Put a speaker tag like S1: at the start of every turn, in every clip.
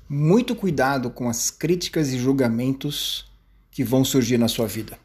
S1: Muito cuidado com as críticas e julgamentos que vão surgir na sua vida.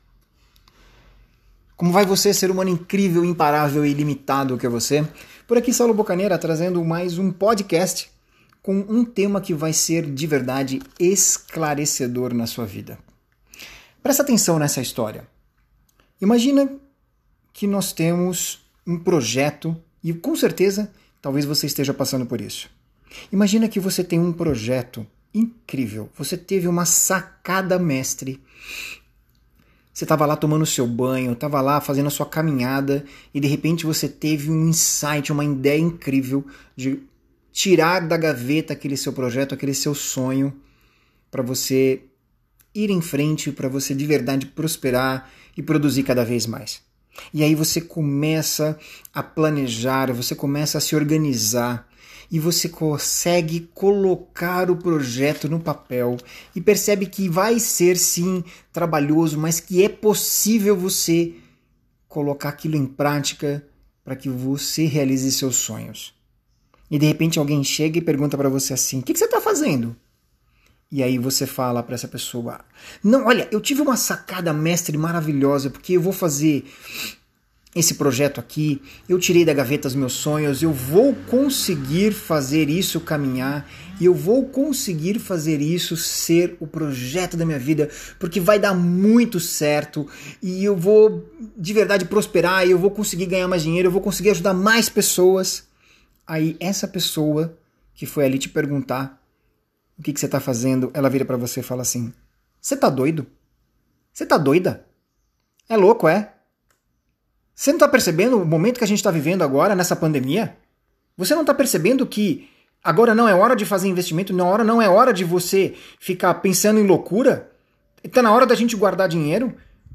S1: Como vai você, ser humano incrível, imparável e ilimitado que é você? Por aqui, Saulo Bocaneira, trazendo mais um podcast com um tema que vai ser de verdade esclarecedor na sua vida. Presta atenção nessa história. Imagina que nós temos um projeto, e com certeza, talvez você esteja passando por isso. Imagina que você tem um projeto incrível, você teve uma sacada mestre. Você estava lá tomando seu banho, estava lá fazendo a sua caminhada e de repente você teve um insight, uma ideia incrível de tirar da gaveta aquele seu projeto, aquele seu sonho, para você ir em frente, para você de verdade prosperar e produzir cada vez mais. E aí você começa a planejar, você começa a se organizar e você consegue colocar o projeto no papel e percebe que vai ser sim trabalhoso, mas que é possível você colocar aquilo em prática para que você realize seus sonhos. E de repente alguém chega e pergunta para você assim: o que você está fazendo? E aí você fala para essa pessoa: não, olha, eu tive uma sacada mestre maravilhosa, porque eu vou fazer esse projeto aqui, eu tirei da gaveta os meus sonhos, eu vou conseguir fazer isso caminhar, e eu vou conseguir fazer isso ser o projeto da minha vida, porque vai dar muito certo, e eu vou de verdade prosperar, e eu vou conseguir ganhar mais dinheiro, eu vou conseguir ajudar mais pessoas. Aí essa pessoa que foi ali te perguntar o que você está fazendo, ela vira para você e fala assim: você tá doido? Você tá doida? É louco, é? Você não está percebendo o momento que a gente está vivendo agora, nessa pandemia? Você não está percebendo que agora não é hora de fazer investimento, não é hora de você ficar pensando em loucura? Está na hora da gente guardar dinheiro?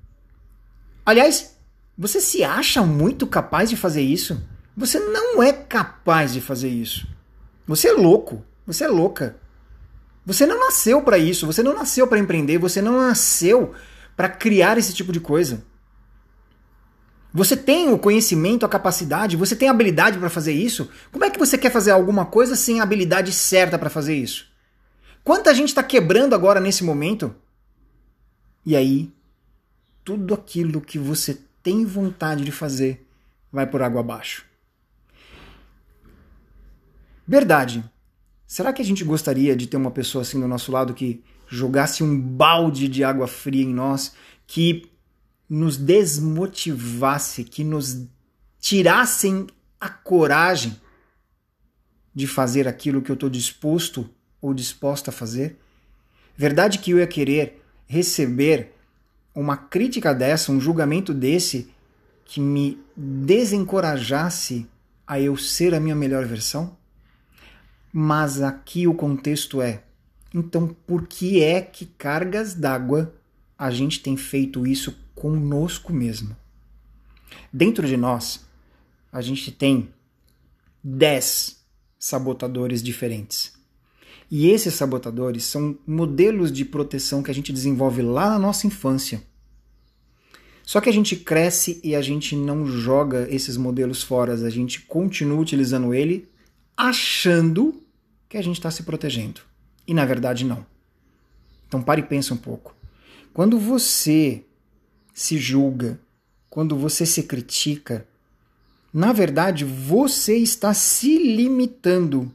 S1: Aliás, você se acha muito capaz de fazer isso? Você não é capaz de fazer isso. Você é louco, você é louca. Você não nasceu para isso, você não nasceu para empreender, você não nasceu para criar esse tipo de coisa. Você tem o conhecimento, a capacidade, você tem a habilidade para fazer isso? Como é que você quer fazer alguma coisa sem a habilidade certa para fazer isso? Quanta gente está quebrando agora nesse momento? E aí, tudo aquilo que você tem vontade de fazer vai por água abaixo. Verdade. Será que a gente gostaria de ter uma pessoa assim do nosso lado que jogasse um balde de água fria em nós, que nos desmotivasse, que nos tirassem a coragem de fazer aquilo que eu estou disposto ou disposta a fazer? Verdade que eu ia querer receber uma crítica dessa, um julgamento desse, que me desencorajasse a eu ser a minha melhor versão? Mas aqui o contexto é: então por que é que cargas d'água a gente tem feito isso conosco mesmo? Dentro de nós, a gente tem 10 sabotadores diferentes. E esses sabotadores são modelos de proteção que a gente desenvolve lá na nossa infância. Só que a gente cresce e a gente não joga esses modelos fora, a gente continua utilizando ele achando que a gente está se protegendo. E na verdade não. Então pare e pensa um pouco. Quando você se julga, quando você se critica, na verdade você está se limitando.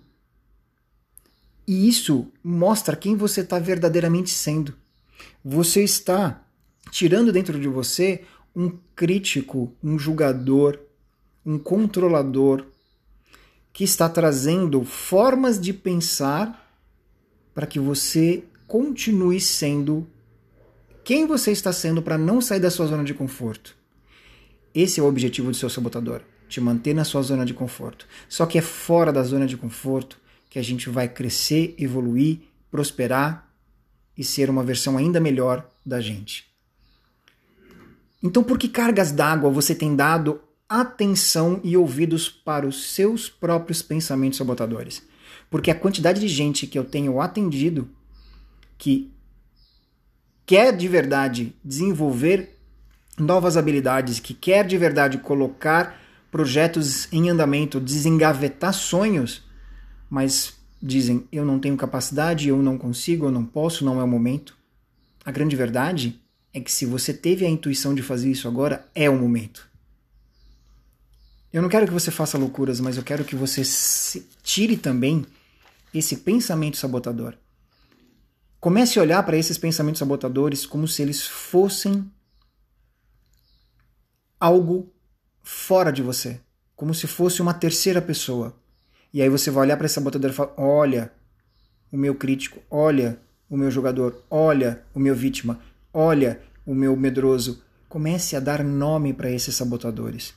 S1: E isso mostra quem você está verdadeiramente sendo. Você está tirando dentro de você um crítico, um julgador, um controlador, que está trazendo formas de pensar para que você continue sendo quem você está sendo, para não sair da sua zona de conforto. Esse é o objetivo do seu sabotador, te manter na sua zona de conforto. Só que é fora da zona de conforto que a gente vai crescer, evoluir, prosperar e ser uma versão ainda melhor da gente. Então, por que cargas d'água você tem dado atenção e ouvidos para os seus próprios pensamentos sabotadores? Porque a quantidade de gente que eu tenho atendido que quer de verdade desenvolver novas habilidades, que quer de verdade colocar projetos em andamento, desengavetar sonhos, mas dizem eu não tenho capacidade, eu não consigo, eu não posso, não é o momento. A grande verdade é que se você teve a intuição de fazer isso agora, é o momento. Eu não quero que você faça loucuras, mas eu quero que você tire também esse pensamento sabotador. Comece a olhar para esses pensamentos sabotadores como se eles fossem algo fora de você, como se fosse uma terceira pessoa. E aí você vai olhar para esse sabotador e falar, olha o meu crítico, olha o meu jogador, olha o meu vítima, olha o meu medroso. Comece a dar nome para esses sabotadores.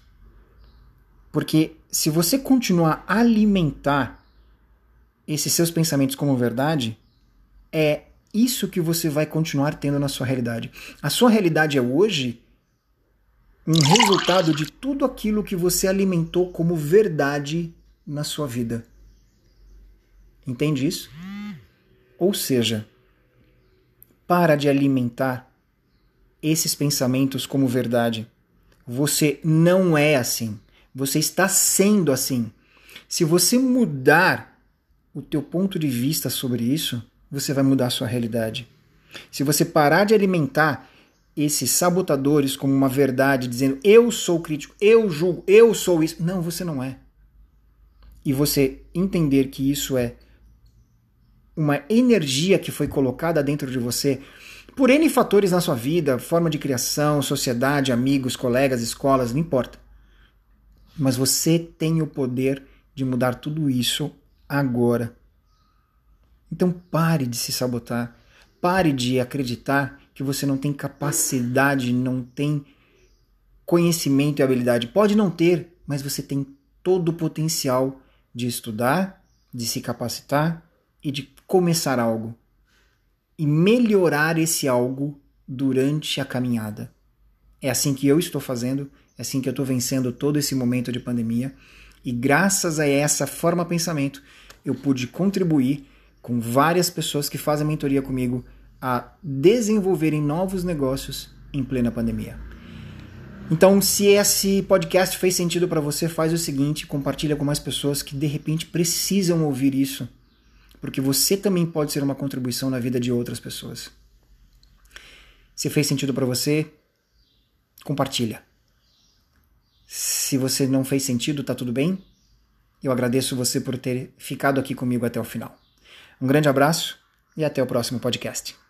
S1: Porque se você continuar a alimentar esses seus pensamentos como verdade, é isso que você vai continuar tendo na sua realidade. A sua realidade é hoje um resultado de tudo aquilo que você alimentou como verdade na sua vida. Entende isso? Ou seja, para de alimentar esses pensamentos como verdade. Você não é assim. Você está sendo assim. Se você mudar o teu ponto de vista sobre isso, você vai mudar a sua realidade. Se você parar de alimentar esses sabotadores como uma verdade, dizendo eu sou crítico, eu julgo, eu sou isso. Não, você não é. E você entender que isso é uma energia que foi colocada dentro de você por N fatores na sua vida, forma de criação, sociedade, amigos, colegas, escolas, não importa. Mas você tem o poder de mudar tudo isso agora. Então pare de se sabotar, pare de acreditar que você não tem capacidade, não tem conhecimento e habilidade. Pode não ter, mas você tem todo o potencial de estudar, de se capacitar e de começar algo. E melhorar esse algo durante a caminhada. É assim que eu estou fazendo, é assim que eu estou vencendo todo esse momento de pandemia. E graças a essa forma de pensamento, eu pude contribuir com várias pessoas que fazem mentoria comigo a desenvolverem novos negócios em plena pandemia. Então, se esse podcast fez sentido para você, faz o seguinte, compartilha com mais pessoas que de repente precisam ouvir isso, porque você também pode ser uma contribuição na vida de outras pessoas. Se fez sentido para você, compartilha. Se você não fez sentido, tá tudo bem? Eu agradeço você por ter ficado aqui comigo até o final. Um grande abraço e até o próximo podcast.